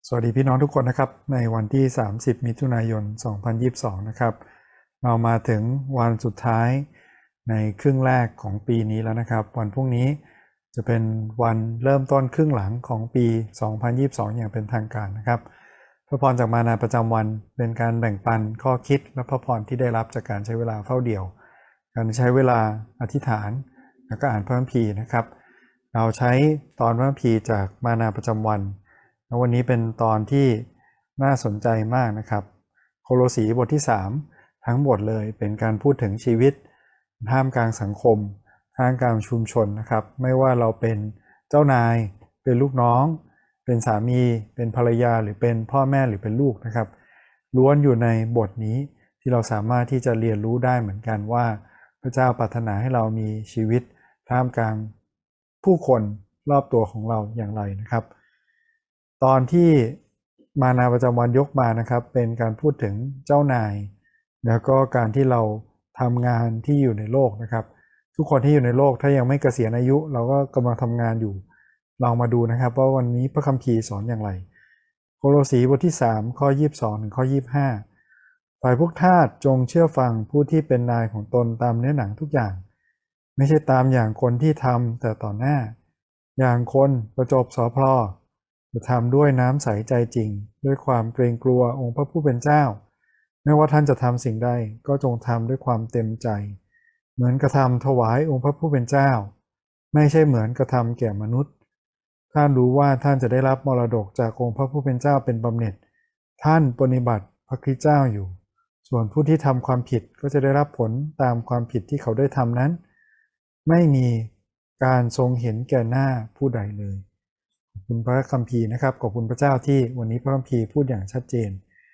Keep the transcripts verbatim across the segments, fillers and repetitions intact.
สวัสดีพี่น้องทุกคนนะครับในวันที่สามสิบมิถุนายนสองพันยี่สิบสองนะครับเรามาถึงวันสุดท้ายในครึ่งแรกของปีนี้แล้วนะครับวันพรุ่งนี้จะเป็นวันเริ่มต้นครึ่งหลังของปีสองพันยี่สิบสองอย่างเป็นทางการนะครับพระพรจากมานาประจำวันเป็นการแบ่งปันข้อคิดและพระพรที่ได้รับจากการใช้เวลาเฝ้าเดี่ยวการใช้เวลาอธิษฐานแล้วก็อ่านพระคัมภีร์นะครับเราใช้ตอนพระคัมภีร์จากมานาประจำวันแล้ววันนี้เป็นตอนที่น่าสนใจมากนะครับโคโลสีบทที่สามทั้งบทเลยเป็นการพูดถึงชีวิตท่ามกลางสังคมท่ามกลางชุมชนนะครับไม่ว่าเราเป็นเจ้านายเป็นลูกน้องเป็นสามีเป็นภรรยาหรือเป็นพ่อแม่หรือเป็นลูกนะครับล้วนอยู่ในบทนี้ที่เราสามารถที่จะเรียนรู้ได้เหมือนกันว่าพระเจ้าปรารถนาให้เรามีชีวิตท่ามกลางผู้คนรอบตัวของเราอย่างไรนะครับตอนที่มานาประจำวันยกมานะครับเป็นการพูดถึงเจ้านายแล้วก็การที่เราทำงานที่อยู่ในโลกนะครับทุกคนที่อยู่ในโลกถ้ายังไม่เกษียณอายุเราก็กำลังทำงานอยู่ลองมาดูนะครับว่าวันนี้พระคัมภีร์สอนอย่างไรโคโลสีบทที่สามข้อยี่สิบสองถึงข้อยี่สิบห้าฝ่ายพวกทาสจงเชื่อฟังผู้ที่เป็นนายของตนตามเนื้อหนังทุกอย่างไม่ใช่ตามอย่างคนที่ทำแต่ต่อหน้าอย่างคนประจบสอพลอจะทำด้วยน้ำใสใจจริงด้วยความเกรงกลัวองค์พระผู้เป็นเจ้าไม่ว่าท่านจะทำสิ่งใดก็จงทำด้วยความเต็มใจเหมือนกระทำถวายองค์พระผู้เป็นเจ้าไม่ใช่เหมือนกระทำแก่มนุษย์ท่านรู้ว่าท่านจะได้รับมรดกจากองค์พระผู้เป็นเจ้าเป็นบำเหน็จท่านปฏิบัติพระคริสต์เจ้าอยู่ส่วนผู้ที่ทำความผิดก็จะได้รับผลตามความผิดที่เขาได้ทำนั้นไม่มีการทรงเห็นแก่หน้าผู้ใดเลยขอบคุณพระคัมภีร์นะครับขอบคุณพระเจ้าที่วันนี้พระคัมภีร์พูดอย่างชัดเจน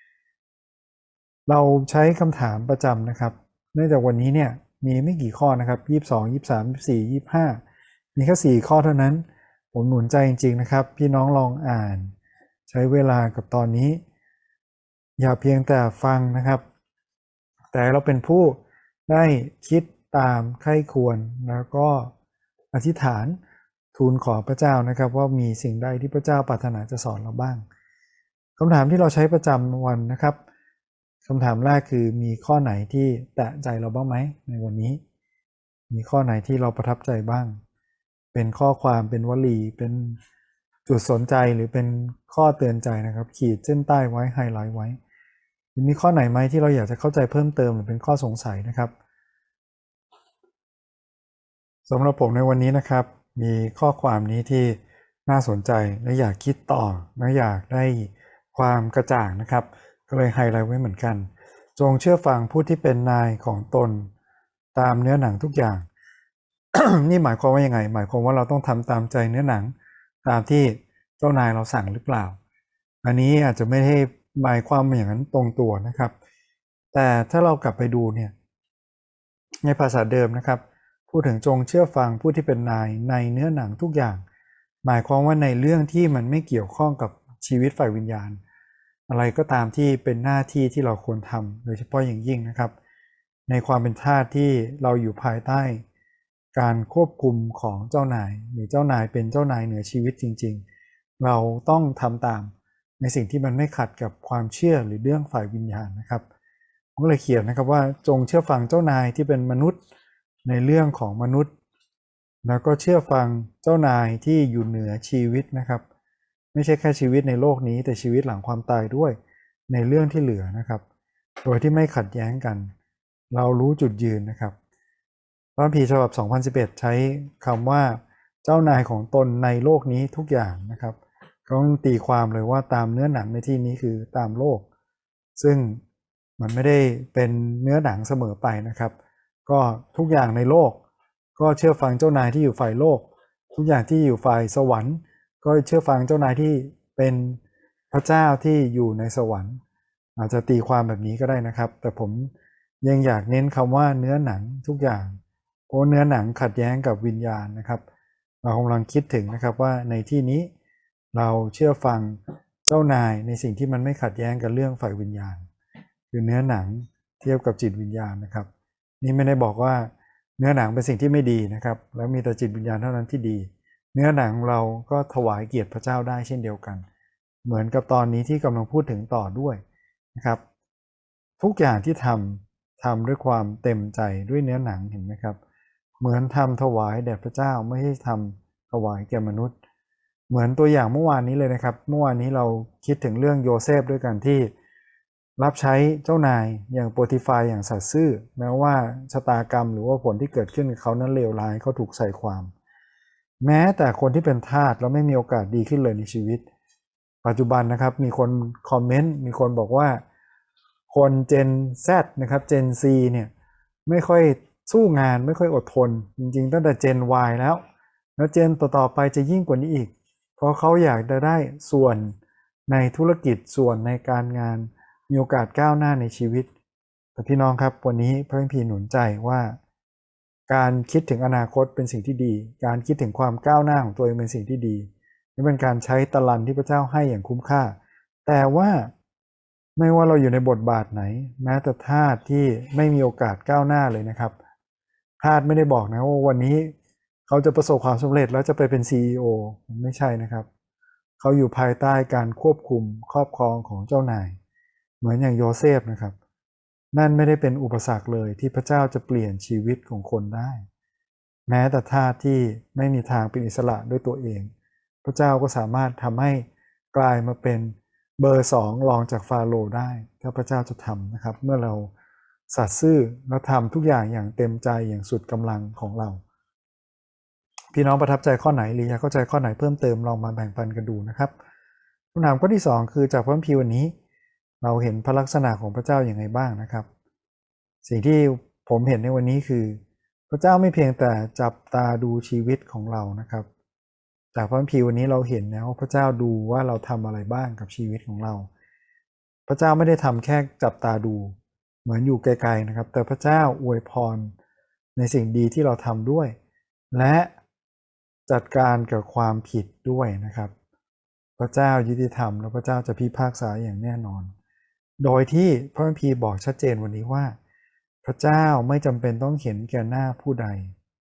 เราใช้คำถามประจำนะครับเนื่องจากวันนี้เนี่ยมีไม่กี่ข้อนะครับยี่สิบสอง ยี่สิบสาม ยี่สิบสี่ ยี่สิบห้ามีแค่สี่ข้อเท่านั้นผมหนุนใจจริงๆนะครับพี่น้องลองอ่านใช้เวลากับตอนนี้อย่าเพียงแต่ฟังนะครับแต่เราเป็นผู้ได้คิดตามใคร่ควรแล้วก็อธิษฐานทูลขอพระเจ้านะครับว่ามีสิ่งใดที่พระเจ้าปรารถนาจะสอนเราบ้างคำถามที่เราใช้ประจำวันนะครับคำถามแรกคือมีข้อไหนที่แตะใจเราบ้างไหมในวันนี้มีข้อไหนที่เราประทับใจบ้างเป็นข้อความเป็นวลีเป็นจุดสนใจหรือเป็นข้อเตือนใจนะครับขีดเส้นใต้ไว้ไฮไลท์ไว้มีข้อไหนไหมที่เราอยากจะเข้าใจเพิ่มเติมหรือเป็นข้อสงสัยนะครับสำหรับผมในวันนี้นะครับมีข้อความนี้ที่น่าสนใจและอยากคิดต่อและอยากได้ความกระจ่างนะครับก็เลยไฮไลท์ไว้เหมือนกันจงเชื่อฟังผู้ที่เป็นนายของตนตามเนื้อหนังทุกอย่าง นี่หมายความว่ายังไงหมายความว่าเราต้องทำตามใจเนื้อหนังตามที่เจ้านายเราสั่งหรือเปล่าอันนี้อาจจะไม่ได้หมายความอย่างนั้นตรงตัวนะครับแต่ถ้าเรากลับไปดูเนี่ยในภาษาเดิมนะครับพูดถึงจงเชื่อฟังผู้ที่เป็นนายในเนื้อหนังทุกอย่างหมายความว่าในเรื่องที่มันไม่เกี่ยวข้องกับชีวิตฝ่ายวิญญาณอะไรก็ตามที่เป็นหน้าที่ที่เราควรทำโดยเฉพาะอย่างยิ่งนะครับในความเป็นทาสที่เราอยู่ภายใต้การควบคุมของเจ้านายหรือเจ้านายเป็นเจ้านายเหนือชีวิตจริงๆเราต้องทำตามในสิ่งที่มันไม่ขัดกับความเชื่อหรือเรื่องฝ่ายวิญญาณนะครับผมก็เลยเขียนนะครับว่าจงเชื่อฟังเจ้านายที่เป็นมนุษย์ในเรื่องของมนุษย์แล้วก็เชื่อฟังเจ้านายที่อยู่เหนือชีวิตนะครับไม่ใช่แค่ชีวิตในโลกนี้แต่ชีวิตหลังความตายด้วยในเรื่องที่เหลือนะครับโดยที่ไม่ขัดแย้งกันเรารู้จุดยืนนะครับพระคัมภีร์ฉบับสองพันสิบเอ็ดใช้คำว่าเจ้านายของตนในโลกนี้ทุกอย่างนะครับก็ต้องตีความเลยว่าตามเนื้อหนังในที่นี้คือตามโลกซึ่งมันไม่ได้เป็นเนื้อหนังเสมอไปนะครับก็ทุกอย่างในโลกก็เชื่อฟังเจ้านายที่อยู่ฝ่ายโลกทุกอย่างที่อยู่ฝ่ายสวรรค์ก็เชื่อฟังเจ้านายที่เป็นพระเจ้าที่อยู่ในสวรรค์อาจจะตีความแบบนี้ก็ได้นะครับแต่ผมยังอยากเน้นคำว่าเนื้อหนังทุกอย่างเพราะเนื้อหนังขัดแย้งกับวิญญาณนะครับเรากำลังคิดถึงนะครับว่าในที่นี้เราเชื่อฟังเจ้านายในสิ่งที่มันไม่ขัดแย้งกับเรื่องฝ่ายวิญญาณคือเนื้อหนังเทียบกับจิตวิญญาณนะครับนี่ไม่ได้บอกว่าเนื้อหนังเป็นสิ่งที่ไม่ดีนะครับแล้วมีแต่จิตวิญญาณเท่านั้นที่ดีเนื้อหนังเราก็ถวายเกียรติพระเจ้าได้เช่นเดียวกันเหมือนกับตอนนี้ที่กำลังพูดถึงต่อด้วยนะครับทุกอย่างที่ทำทำด้วยความเต็มใจด้วยเนื้อหนังเห็นไหมครับเหมือนทำถวายแด่พระเจ้าไม่ใช่ทำถวายแก่มนุษย์เหมือนตัวอย่างเมื่อวานนี้เลยนะครับเมื่อวานนี้เราคิดถึงเรื่องโยเซฟด้วยกันที่รับใช้เจ้านายอย่างโปติฟาอย่างสัตย์ซื่อแม้ว่าชะตากรรมหรือว่าผลที่เกิดขึ้นกับเขานั้นเลวร้ายเขาถูกใส่ความแม้แต่คนที่เป็นทาสแล้วไม่มีโอกาสดีขึ้นเลยในชีวิตปัจจุบันนะครับมีคนคอมเมนต์มีคนบอกว่าคนเจน Z นะครับเจน Z เนี่ยไม่ค่อยสู้งานไม่ค่อยอดทนจริงๆตั้งแต่เจน Y แล้วแล้วเจนต่อๆไปจะยิ่งกว่านี้อีกเพราะเขาอยากจะได้ส่วนในธุรกิจส่วนในการงานมีโอกาสก้าวหน้าในชีวิตแต่พี่น้องครับวันนี้พระคัมภีร์หนุนใจว่าการคิดถึงอนาคตเป็นสิ่งที่ดีการคิดถึงความก้าวหน้าของตัวเองเป็นสิ่งที่ดีนี่เป็นการใช้ตะลันที่พระเจ้าให้อย่างคุ้มค่าแต่ว่าไม่ว่าเราอยู่ในบทบาทไหนแม้แต่ทาสที่ไม่มีโอกาสก้าวหน้าเลยนะครับทาสไม่ได้บอกนะว่าวันนี้เขาจะประสบความสำเร็จแล้วจะไปเป็น ซี อี โอ ไม่ใช่นะครับเขาอยู่ภายใต้การควบคุมครอบครองของเจ้านายเหมือนอย่างโยเซฟนะครับนั่นไม่ได้เป็นอุปสรรคเลยที่พระเจ้าจะเปลี่ยนชีวิตของคนได้แม้แต่ทาสที่ไม่มีทางเป็นอิสระด้วยตัวเองพระเจ้าก็สามารถทำให้กลายมาเป็นเบอร์สองรองจากฟาโรห์ได้ถ้าพระเจ้าจะทำนะครับเมื่อเราสัตย์ซื่อและทำทุกอย่างอย่างเต็มใจอย่างสุดกำลังของเราพี่น้องประทับใจข้อไหนหรืออยากเข้าใจข้อไหนเพิ่มเติมลองมาแบ่งปันกันดูนะครับคำถามข้อที่สองคือจากพระคัมภีร์วันนี้เราเห็นพระลักษณะของพระเจ้าอย่างไรบ้างนะครับสิ่งที่ผมเห็นในวันนี้คือพระเจ้าไม่เพียงแต่จับตาดูชีวิตของเรานะครับจากพระคัมภีร์วันนี้เราเห็นนะว่าพระเจ้าดูว่าเราทำอะไรบ้างกับชีวิตของเราพระเจ้าไม่ได้ทำแค่จับตาดูเหมือนอยู่ไกลๆนะครับแต่พระเจ้าอวยพรในสิ่งดีที่เราทำด้วยและจัดการกับความผิดด้วยนะครับพระเจ้ายุติธรรมและพระเจ้าจะพิพากษาอย่างแน่นอนโดยที่พระคัมภีร์บอกชัดเจนวันนี้ว่าพระเจ้าไม่จำเป็นต้องเห็นแก่หน้าผู้ใด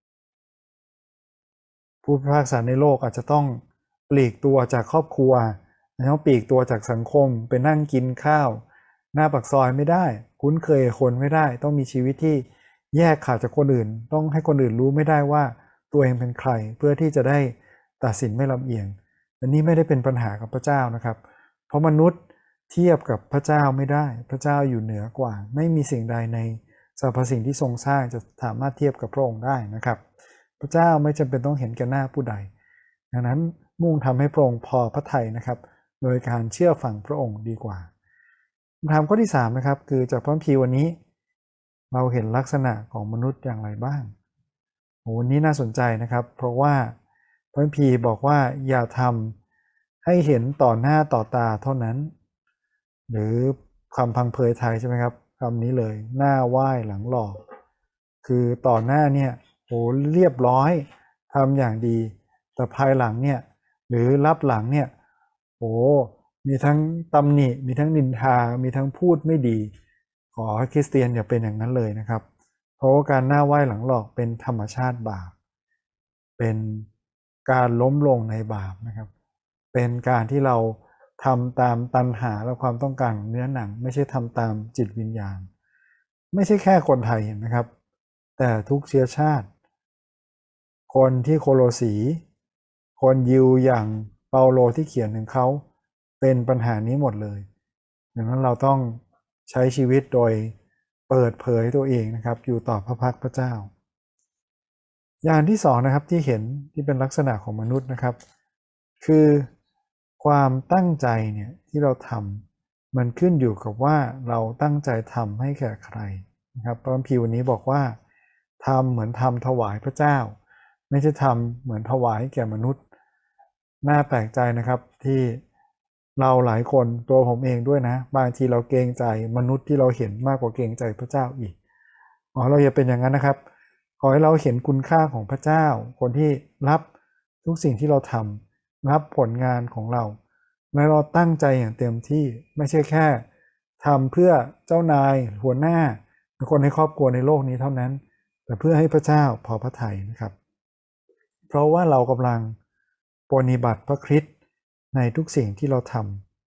ผู้พิพากษาในโลกอาจจะต้องปลีกตัวจากครอบครัวต้องปลีกตัวจากสังคมไปนั่งกินข้าวหน้าปากซอยไม่ได้คุ้นเคยคนไม่ได้ต้องมีชีวิตที่แยกขาดจากคนอื่นต้องให้คนอื่นรู้ไม่ได้ว่าตัวเองเป็นใครเพื่อที่จะได้ตัดสินไม่ลำเอียงอันนี้ไม่ได้เป็นปัญหากับพระเจ้านะครับเพราะมนุษย์เทียบกับพระเจ้าไม่ได้พระเจ้าอยู่เหนือกว่าไม่มีสิ่งใดในสรรพสิ่งที่ทรงสร้างจะสามารถเทียบกับพระองค์ได้นะครับพระเจ้าไม่จำเป็นต้องเห็นแก่หน้าผู้ใดดังนั้นมุ่งทำให้พระองค์พอพระทัยนะครับโดยการเชื่อฟังพระองค์ดีกว่าคำถามข้อที่สามนะครับคือจากพระคัมภีร์วันนี้เราเห็นลักษณะของมนุษย์อย่างไรบ้างวันนี้น่าสนใจนะครับเพราะว่าพระคัมภีร์บอกว่าอย่าทำให้เห็นต่อหน้าต่อตาเท่านั้นหรือคำพังเพยไทยใช่ไหมครับคำนี้เลยหน้าไหว้หลังหลอกคือต่อหน้าเนี่ยโอ้เรียบร้อยทำอย่างดีแต่ภายหลังเนี่ยหรือรับหลังเนี่ยโอ้มีทั้งตำหนิมีทั้งนินทามีทั้งพูดไม่ดีขอให้คริสเตียนอย่าเป็นอย่างนั้นเลยนะครับเพราะว่าการหน้าไหว้หลังหลอกเป็นธรรมชาติบาปเป็นการล้มลงในบาปนะครับเป็นการที่เราทำตามตัณหาและความต้องการของเนื้อหนังไม่ใช่ทำตามจิตวิญญาณไม่ใช่แค่คนไทยเห็นไหมครับแต่ทุกเชื้อชาติคนที่โคโลสีคนยิวอย่างเปาโลที่เขียนถึงเขาเป็นปัญหานี้หมดเลยดังนั้นเราต้องใช้ชีวิตโดยเปิดเผยตัวเองนะครับอยู่ต่อพระพักพระเจ้าอย่างที่สองนะครับที่เห็นที่เป็นลักษณะของมนุษย์นะครับคือความตั้งใจเนี่ยที่เราทำมันขึ้นอยู่กับว่าเราตั้งใจทำให้แก่ใครนะครับพระคัมภีร์วันนี้บอกว่าทำเหมือนทำถวายพระเจ้าไม่ใช่ทำเหมือนถวายแก่มนุษย์น่าแปลกใจนะครับที่เราหลายคนตัวผมเองด้วยนะบางทีเราเกรงใจมนุษย์ที่เราเห็นมากกว่าเกรงใจพระเจ้าอีกอ๋อเราอย่าเป็นอย่างนั้นนะครับขอให้เราเห็นคุณค่าของพระเจ้าคนที่รับทุกสิ่งที่เราทำรับผลงานของเราและเราตั้งใจอย่างเต็มที่ไม่ใช่แค่ทำเพื่อเจ้านายหัวหน้าคนในครอบครัวในโลกนี้เท่านั้นแต่เพื่อให้พระเจ้าพอพระทัยนะครับเพราะว่าเรากำลังปฏิบัติพระคริสต์ในทุกสิ่งที่เราท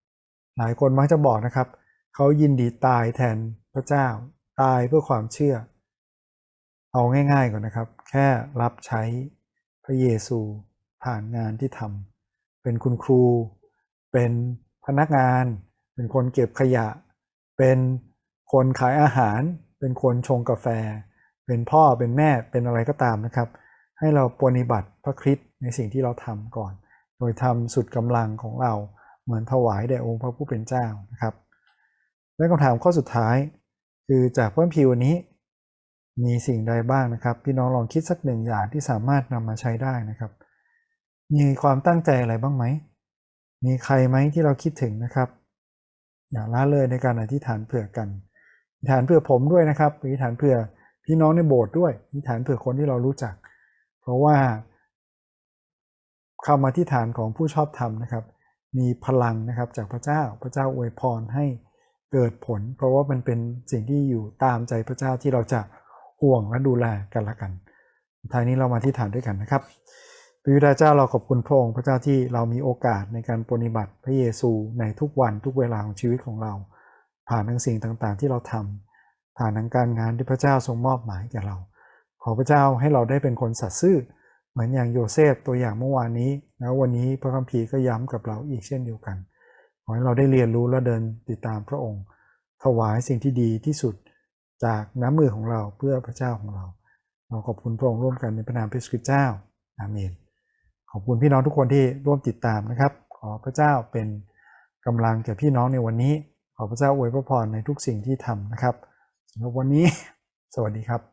หลายคนมักจะบอกนะครับเขายินดีตายแทนพระเจ้าตายเพื่อความเชื่อเอาง่ายๆก่อนนะครับแค่รับใช้พระเยซูผ่านงานที่ทำเป็นคุณครูเป็นพนักงานเป็นคนเก็บขยะเป็นคนขายอาหารเป็นคนชงกาแฟเป็นพ่อเป็นแม่เป็นอะไรก็ตามนะครับให้เราปฏิบัติพระคริสต์ในสิ่งที่เราทำก่อนโดยทำสุดกำลังของเราเหมือนถวายแด่องค์พระผู้เป็นเจ้านะครับและคำถามข้อสุดท้ายคือจากพระคัมภีร์วันนี้มีสิ่งใดบ้างนะครับพี่น้องลองคิดสักหนึ่งอย่างที่สามารถนำมาใช้ได้นะครับมีความตั้งใจอะไรบ้างไหมมีใครไหมที่เราคิดถึงนะครับอย่าละเลยในการอธิษฐานเผื่อกันอธิษฐานเผื่อผมด้วยนะครับอธิษฐานเผื่อพี่น้องในโบสถ์ด้วยอธิษฐานเผื่อคนที่เรารู้จักเพราะว่าคำอธิษฐานของผู้ชอบธรรมนะครับมีพลังนะครับจากพระเจ้าพระเจ้าอวยพรให้เกิดผลเพราะว่ามันเป็นสิ่งที่อยู่ตามใจพระเจ้าที่เราจะห่วงและดูแลกันละกันท้ายนี้เรามาอธิษฐานด้วยกันนะครับพระบิดาเจ้าเราขอบคุณพระองค์พระเจ้าที่เรามีโอกาสในการปฏิบัติพระเยซูในทุกวันทุกเวลาของชีวิตของเราผ่านทั้งสิ่งต่างๆที่เราทำผ่านทั้งการงานที่พระเจ้าทรงมอบหมายแก่เราขอพระเจ้าให้เราได้เป็นคนสัตย์ซื่อเหมือนอย่างโยเซฟตัวอย่างเมื่อวานนี้แล้ววันนี้พระคัมภีร์ก็ย้ำกับเราอีกเช่นเดียวกันขอให้เราได้เรียนรู้และเดินติดตามพระองค์ถวายสิ่งที่ดีที่สุดจากน้ำมือของเราเพื่อพระเจ้าของเราเราขอบคุณพระองค์ร่วมกันในพระนามพระคริสต์เจ้าอาเมนขอบคุณพี่น้องทุกคนที่ร่วมติดตามนะครับขอพระเจ้าเป็นกำลังแก่พี่น้องในวันนี้ขอพระเจ้าอวยพระพรในทุกสิ่งที่ทำนะครับสำหรับวันนี้สวัสดีครับ